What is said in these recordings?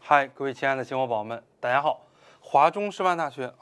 嗨，各位亲爱的新伙宝们，大家好！华中师范大学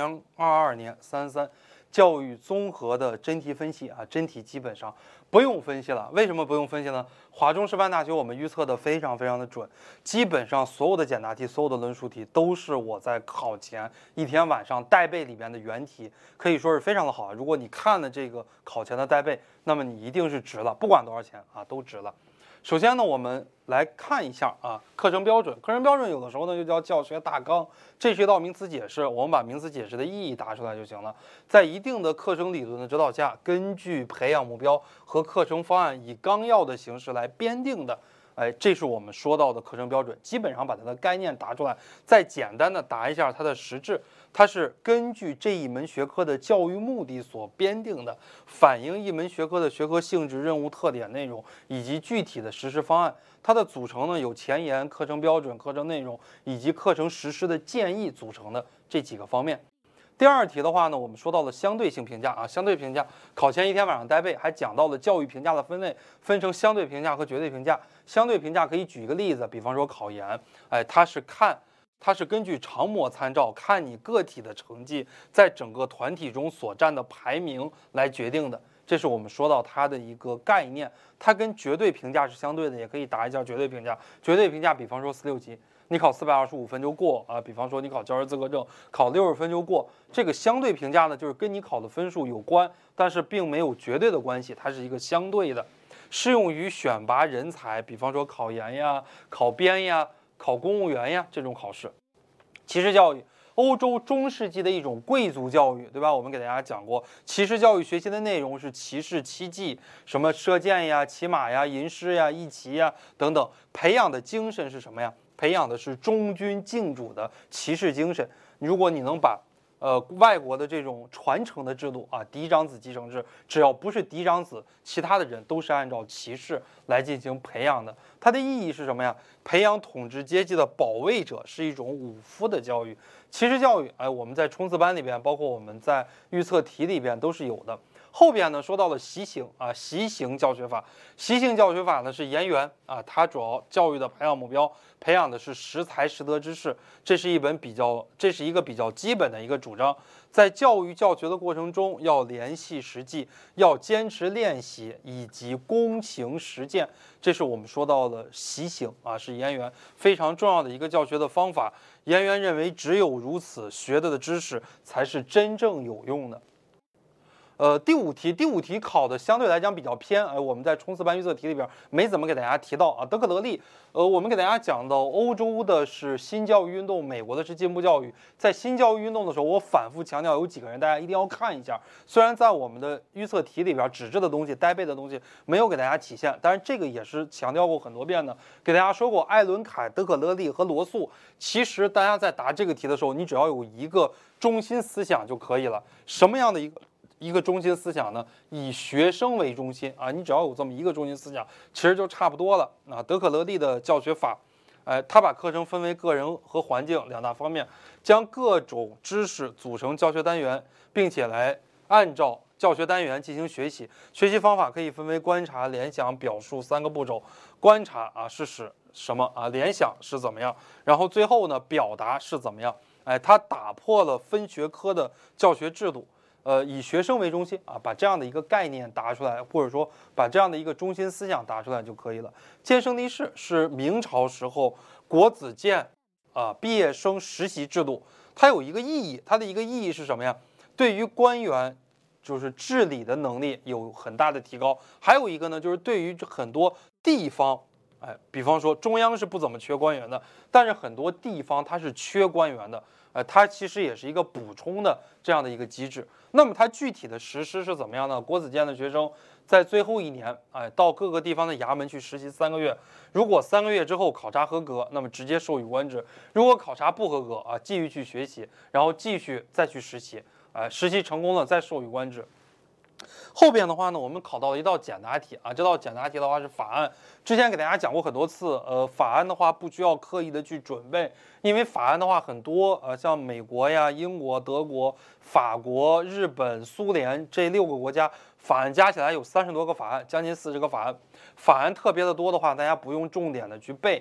2022年3·3教育综合的真题分析啊，真题基本上不用分析了。为什么不用分析呢？华中师范大学我们预测的非常的准，基本上所有的简答题、所有的论述题都是我在考前一天晚上带背里面的原题，可以说是非常的好。如果你看了这个考前的带背，那么你一定是值了，不管多少钱啊，都值了。首先呢，我们来看一下啊，课程标准。课程标准有的时候呢就叫教学大纲，这是一道名词解释，我们把名词解释的意义答出来就行了。在一定的课程理论的指导下，根据培养目标和课程方案以纲要的形式来编定的。这是我们说到的课程标准，基本上把它的概念答出来，再简单的答一下它的实质。它是根据这一门学科的教育目的所编定的，反映一门学科的学科性质、任务特点、内容以及具体的实施方案。它的组成呢有前言、课程标准、课程内容以及课程实施的建议组成的这几个方面。第二题的话呢，我们说到了相对性评价啊，相对评价考前一天晚上带背，还讲到了教育评价的分类，分成相对评价和绝对评价。相对评价可以举一个例子，比方说考研，它是根据常模参照，看你个体的成绩在整个团体中所占的排名来决定的。这是我们说到它的一个概念，它跟绝对评价是相对的，也可以答一下绝对评价。绝对评价，比方说4、6级。你考425分就过啊，比方说你考教师资格证，考60分就过。这个相对评价呢，就是跟你考的分数有关，但是并没有绝对的关系，它是一个相对的，适用于选拔人才，比方说考研呀、考编呀、考公务员呀这种考试。骑士教育，欧洲中世纪的一种贵族教育，对吧？我们给大家讲过，骑士教育学习的内容是骑士七技，什么射箭呀、骑马呀、吟诗呀、弈棋呀等等，培养的精神是什么呀？培养的是忠君敬主的骑士精神。如果你能把外国的这种传承的制度啊，嫡长子继承制，只要不是嫡长子，其他的人都是按照骑士来进行培养的。它的意义是什么呀？培养统治阶级的保卫者，是一种武夫的教育。骑士教育，我们在冲刺班里边，包括我们在预测题里边都是有的。后边呢说到了习行啊，习行教学法。习行教学法呢是研原啊，它主要教育的培养目标，培养的是识才识德之士。这是一个比较基本的一个主张。在教育教学的过程中，要联系实际，要坚持练习以及躬行实践。这是我们说到的习行啊，是研原非常重要的一个教学的方法。研原认为，只有如此，学的知识才是真正有用的。第五题考的相对来讲比较偏，我们在冲刺班预测题里边没怎么给大家提到啊。德克勒利，我们给大家讲到欧洲的是新教育运动，美国的是进步教育。在新教育运动的时候，我反复强调有几个人大家一定要看一下。虽然在我们的预测题里边纸质的东西、带背的东西没有给大家体现，但是这个也是强调过很多遍的。给大家说过，艾伦凯、德克勒利和罗素，其实大家在答这个题的时候，你只要有一个中心思想就可以了。什么样的一个中心思想呢？以学生为中心啊，你只要有这么一个中心思想，其实就差不多了。德克勒利的教学法，他把课程分为个人和环境两大方面，将各种知识组成教学单元，并且来按照教学单元进行学习。学习方法可以分为观察、联想、表述3个步骤。观察啊是使什么啊？联想是怎么样？然后最后呢，表达是怎么样？他打破了分学科的教学制度。以学生为中心啊，把这样的一个概念答出来，或者说把这样的一个中心思想答出来就可以了。监生帝制是明朝时候国子监毕业生实习制度，它有一个意义，它的一个意义是什么呀？对于官员就是治理的能力有很大的提高。还有一个呢，就是对于很多地方，比方说中央是不怎么缺官员的，但是很多地方它是缺官员的。它其实也是一个补充的这样的一个机制。那么它具体的实施是怎么样呢？国子监的学生在最后1年，到各个地方的衙门去实习3个月。如果3个月之后考察合格，那么直接授予官职；如果考察不合格继续去学习，然后继续再去实习，实习成功了再授予官职。后边的话呢，我们考到了一道简答题啊，这道简答题的话是法案。之前给大家讲过很多次，法案的话不需要刻意的去准备，因为法案的话很多，像美国呀、英国、德国、法国、日本、苏联这6个国家，法案加起来有30多个法案，将近40个法案。法案特别的多的话，大家不用重点的去背。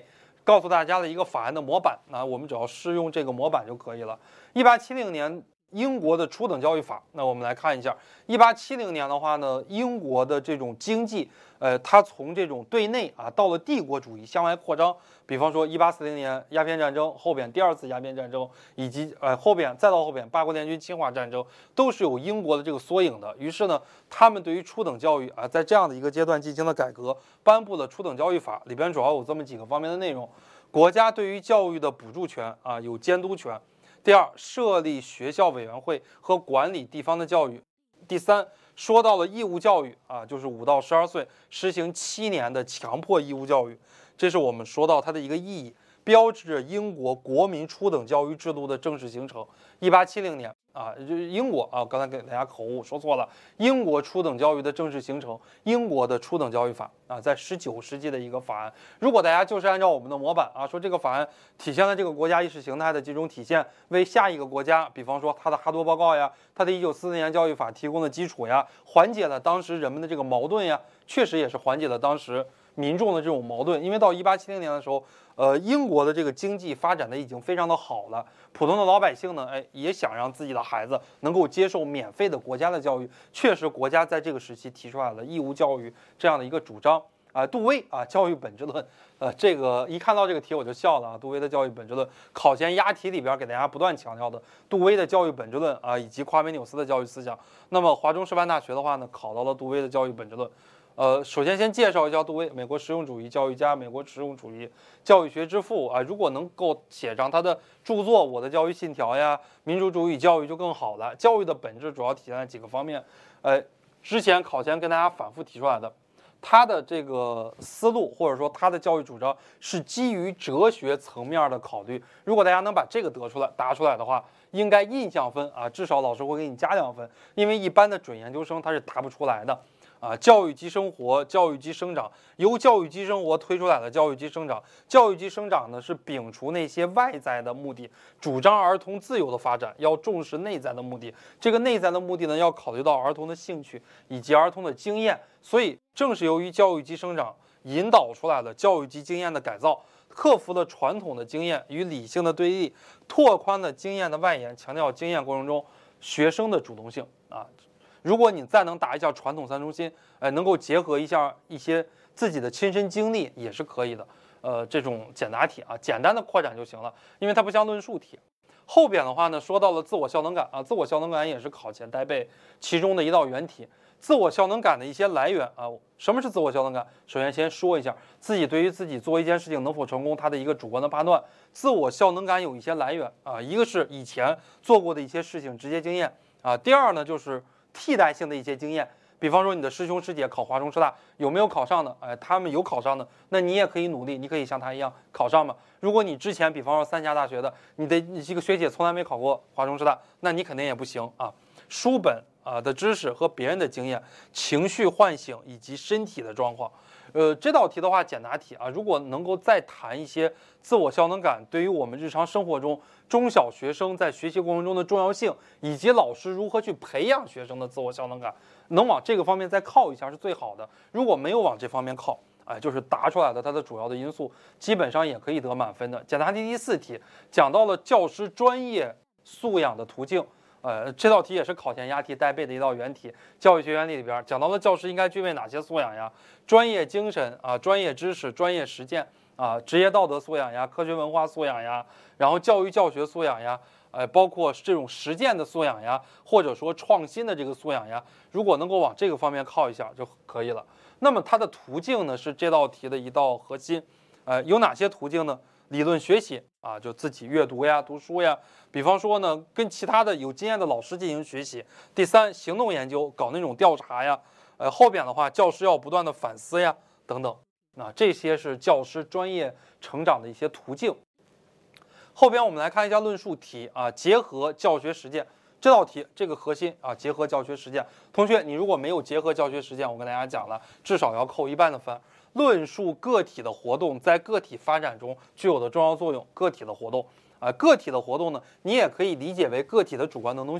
告诉大家的一个法案的模板，那我们只要适用这个模板就可以了。1870年英国的初等教育法，那我们来看一下，1870年的话呢，英国的这种经济，它从这种对内啊到了帝国主义向外扩张。比方说1840年鸦片战争，后边第二次鸦片战争，以及后边再到后边八国联军侵华战争，都是有英国的这个缩影的。于是呢，他们对于初等教育啊，在这样的一个阶段进行了改革，颁布了初等教育法，里边主要有这么几个方面的内容：国家对于教育的补助权啊，有监督权。第二，设立学校委员会和管理地方的教育。第三，说到了义务教育啊，就是5到12岁实行7年的强迫义务教育，这是我们说到它的一个意义，标志着英国国民初等教育制度的正式形成。1870年啊，就是英国啊，刚才给大家口误说错了，英国初等教育的正式形成，英国的初等教育法啊，在19世纪的一个法案。如果大家就是按照我们的模板啊，说这个法案体现了这个国家意识形态的几种体现，为下一个国家，比方说它的哈多报告呀，它的1944年教育法提供的基础呀，缓解了当时人们的这个矛盾呀，确实也是缓解了当时民众的这种矛盾。因为到1870年的时候，英国的这个经济发展的已经非常的好了，普通的老百姓呢，也想让自己的孩子能够接受免费的国家的教育。确实，国家在这个时期提出来了义务教育这样的一个主张。杜威啊，教育本质论，这个一看到这个题我就笑了啊。杜威的教育本质论，考前押题里边给大家不断强调的杜威的教育本质论啊，以及夸美纽斯的教育思想。那么华中师范大学的话呢，考到了杜威的教育本质论。首先先介绍一下杜威，美国实用主义教育家，美国实用主义教育学之父啊。如果能够写上他的著作《我的教育信条》呀，民主主义教育就更好了。教育的本质主要体现在几个方面，之前考前跟大家反复提出来的。他的这个思路，或者说他的教育主张，是基于哲学层面的考虑。如果大家能把这个答出来的话，应该印象分啊，至少老师会给你加2分，因为一般的准研究生他是答不出来的。教育即生活，教育即生长，由教育即生活推出来的教育即生长。教育即生长呢，是摒除那些外在的目的，主张儿童自由的发展，要重视内在的目的。这个内在的目的呢，要考虑到儿童的兴趣以及儿童的经验。所以，正是由于教育即生长引导出来了教育即经验的改造，克服了传统的经验与理性的对立，拓宽了经验的外延，强调经验过程中学生的主动性啊。如果你再能打一下传统3中心，能够结合一下一些自己的亲身经历，也是可以的。这种简答题啊，简单的扩展就行了，因为它不像论述题。后边的话呢，说到了自我效能感啊，自我效能感也是考前带背其中的一道原题。自我效能感的一些来源啊，什么是自我效能感？首先先说一下自己对于自己做一件事情能否成功，他的一个主观的判断。自我效能感有一些来源啊，一个是以前做过的一些事情直接经验啊，第二呢就是替代性的一些经验，比方说你的师兄师姐考华中师大有没有考上的？他们有考上的，那你也可以努力，你可以像他一样考上嘛。如果你之前比方说3家大学的，你这个学姐从来没考过华中师大，那你肯定也不行啊。书本的知识和别人的经验、情绪唤醒以及身体的状况。这道题的话，简答题啊，如果能够再谈一些自我效能感对于我们日常生活中中小学生在学习过程中的重要性，以及老师如何去培养学生的自我效能感，能往这个方面再靠一下是最好的。如果没有往这方面靠，就是答出来的它的主要的因素，基本上也可以得满分的。简答题第4题讲到了教师专业素养的途径。这道题也是考前押题带背的一道原题。教育学原理里边讲到了教师应该具备哪些素养呀？专业精神啊，专业知识、专业实践啊，职业道德素养呀，科学文化素养呀，然后教育教学素养呀，包括这种实践的素养呀，或者说创新的这个素养呀，如果能够往这个方面靠一下就可以了。那么它的途径呢，是这道题的一道核心。有哪些途径呢？理论学习啊，就自己阅读呀、读书呀，比方说呢，跟其他的有经验的老师进行学习。第3，行动研究，搞那种调查呀。后边的话，教师要不断的反思呀，等等。这些是教师专业成长的一些途径。后边我们来看一下论述题啊，结合教学实践。这道题这个核心啊，结合教学实践。同学，你如果没有结合教学实践，我跟大家讲了，至少要扣1半的分。论述个体的活动在个体发展中具有的重要作用。个体的活动个体的活动呢，你也可以理解为个体的主观能动性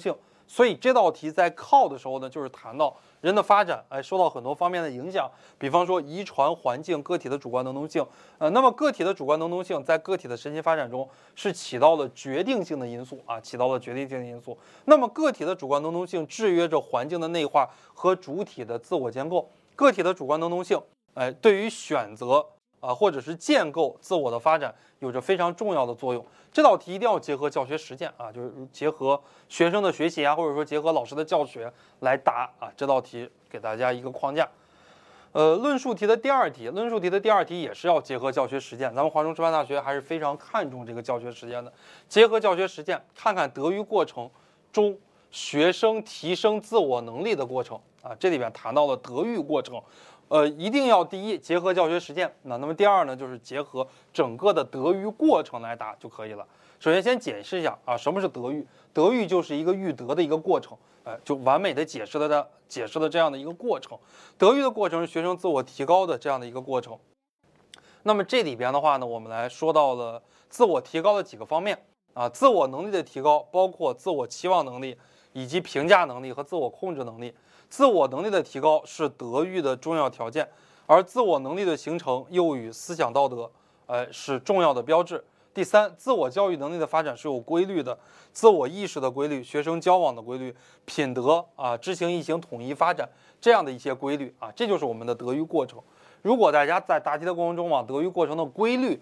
所以这道题在靠的时候呢，就是谈到人的发展，受到很多方面的影响，比方说遗传、环境、个体的主观能动性。那么个体的主观能动性在个体的神经发展中是起到了决定性的因素啊，起到了决定性的因素。那么个体的主观能动性制约着环境的内化和主体的自我建构。个体的主观能动性，对于选择或者是建构自我的发展有着非常重要的作用。这道题一定要结合教学实践啊，就是结合学生的学习啊，或者说结合老师的教学来答啊。这道题给大家一个框架。论述题的第二题也是要结合教学实践。咱们华中师范大学还是非常看重这个教学实践的，结合教学实践，看看德育过程中学生提升自我能力的过程啊。这里边谈到了德育过程。一定要第一结合教学实践，那么第二呢，就是结合整个的德育过程来答就可以了。首先先解释一下啊，什么是德育？德育就是一个育德的一个过程，就完美的解释了这样的一个过程。德育的过程是学生自我提高的这样的一个过程。那么这里边的话呢，我们来说到了自我提高的几个方面啊，自我能力的提高包括自我期望能力、以及评价能力和自我控制能力。自我能力的提高是德育的重要条件，而自我能力的形成又与思想道德，是重要的标志。第三，自我教育能力的发展是有规律的，自我意识的规律、学生交往的规律、品德啊、知行意行统一发展这样的一些规律啊，这就是我们的德育过程。如果大家在答题的过程中往德育过程的规律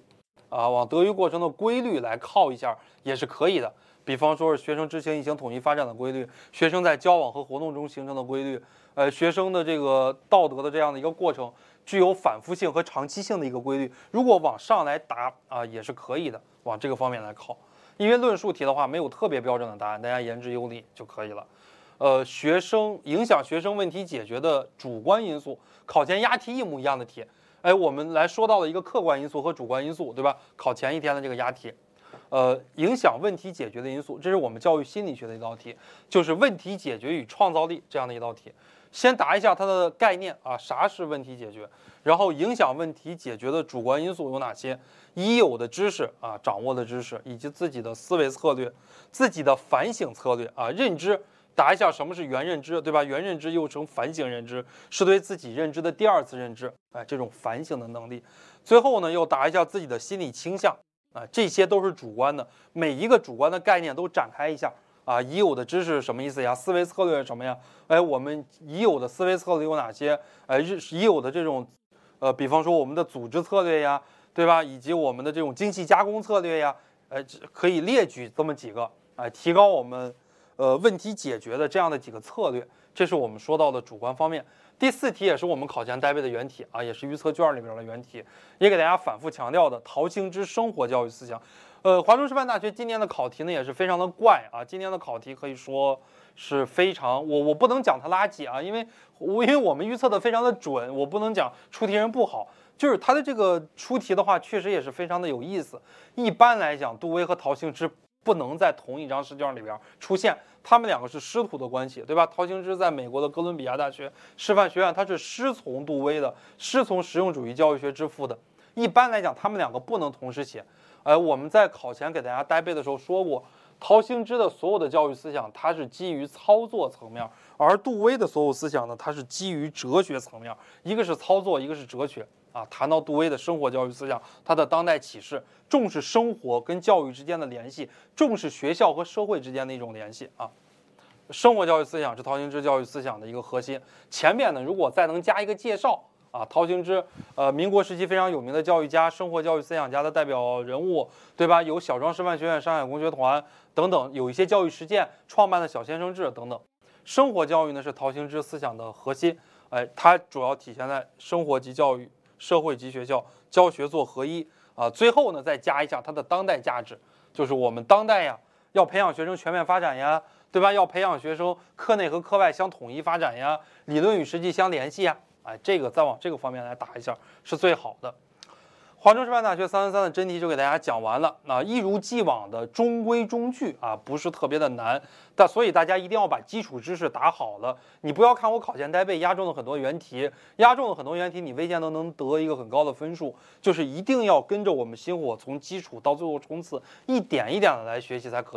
来靠一下也是可以的。比方说是学生知行意行统一发展的规律，学生在交往和活动中形成的规律，学生的这个道德的这样的一个过程，具有反复性和长期性的一个规律。如果往上来答啊，也是可以的，往这个方面来靠。因为论述题的话没有特别标准的答案，大家言之有理就可以了。影响学生问题解决的主观因素，考前押题一模一样的题，我们来说到了一个客观因素和主观因素，对吧？考前一天的这个押题。影响问题解决的因素，这是我们教育心理学的一道题，就是问题解决与创造力这样的一道题。先答一下它的概念啊，啥是问题解决？然后影响问题解决的主观因素有哪些？已有的知识啊，掌握的知识，以及自己的思维策略、自己的反省策略啊，认知。答一下什么是原认知，对吧？原认知又称反省认知，是对自己认知的第二次认知，这种反省的能力。最后呢，又答一下自己的心理倾向。这些都是主观的，每一个主观的概念都展开一下啊。已有的知识是什么意思呀？思维策略是什么呀？我们已有的思维策略有哪些？已有的这种，比方说我们的组织策略呀，对吧？以及我们的这种精细加工策略呀，可以列举这么几个，提高我们问题解决的这样的几个策略。这是我们说到的主观方面。第四题也是我们考前带背的原题啊，也是预测卷里边的原题，也给大家反复强调的陶行知生活教育思想。华中师范大学今年的考题呢也是非常的怪啊，今年的考题可以说是非常，我不能讲它垃圾啊，因为我们预测的非常的准，我不能讲出题人不好，就是它的这个出题的话确实也是非常的有意思。一般来讲，杜威和陶行知不能在同一张试卷里边出现，他们两个是师徒的关系，对吧？陶行知在美国的哥伦比亚大学师范学院，他是师从杜威的，师从实用主义教育学之父的。一般来讲，他们两个不能同时写。我们在考前给大家带背的时候说过，陶行知的所有的教育思想，它是基于操作层面，而杜威的所有思想呢，它是基于哲学层面，一个是操作，一个是哲学。谈到杜威的生活教育思想，他的当代启示重视生活跟教育之间的联系，重视学校和社会之间的一种联系啊。生活教育思想是陶行知教育思想的一个核心。前面呢，如果再能加一个介绍啊，陶行知，民国时期非常有名的教育家，生活教育思想家的代表人物，对吧？有小庄师范学院、上海工学团等等，有一些教育实践，创办的小先生制等等。生活教育呢是陶行知思想的核心，它主要体现在生活及教育、社会及学校教学做合一啊。最后呢，再加一下它的当代价值，就是我们当代呀，要培养学生全面发展呀，对吧？要培养学生课内和课外相统一发展呀，理论与实际相联系呀。这个再往这个方面来打一下是最好的。华中师范大学333的真题就给大家讲完了，一如既往的中规中矩啊，不是特别的难，所以大家一定要把基础知识打好了。你不要看我考前带背压中了很多原题，你未见得能得一个很高的分数，就是一定要跟着我们星火从基础到最后冲刺，一点一点的来学习才可以。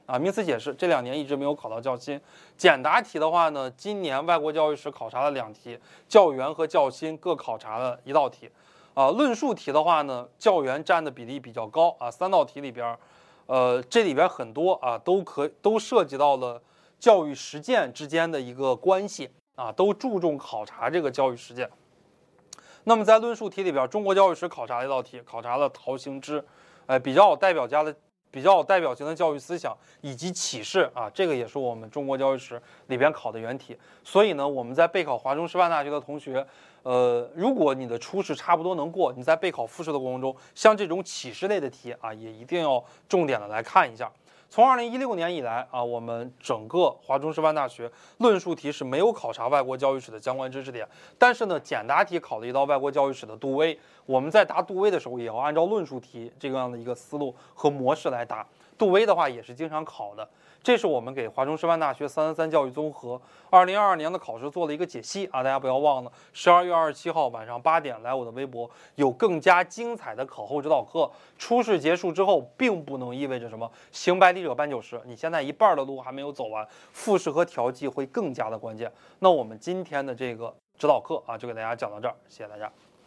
啊，名词解释这2年一直没有考到教心。简答题的话呢，今年外国教育史考察了2题，教员和教心各考察了1道题。论述题的话呢，教员占的比例比较高啊，3道题里边，这里边很多啊都涉及到了教育实践之间的一个关系啊，都注重考察这个教育实践。那么在论述题里边，中国教育史考察了1道题，考察了陶行知，比较有代表性的教育思想以及启示啊，这个也是我们中国教育史里边考的原题。所以呢，我们在备考华中师范大学的同学，如果你的初试差不多能过，你在备考复试的过程中，像这种启示类的题啊，也一定要重点的来看一下。从2016年以来啊，我们整个华中师范大学论述题是没有考察外国教育史的相关知识点，但是呢，简答题考了一道外国教育史的杜威。我们在答杜威的时候，也要按照论述题这样的一个思路和模式来答。杜威的话也是经常考的。这是我们给华中师范大学333教育综合2022年的考试做了一个解析啊，大家不要忘了，12月27号晚上8点来我的微博，有更加精彩的考后指导课。初试结束之后，并不能意味着什么行百里者半90，你现在一半的路还没有走完，复试和调剂会更加的关键。那我们今天的这个指导课啊，就给大家讲到这儿，谢谢大家。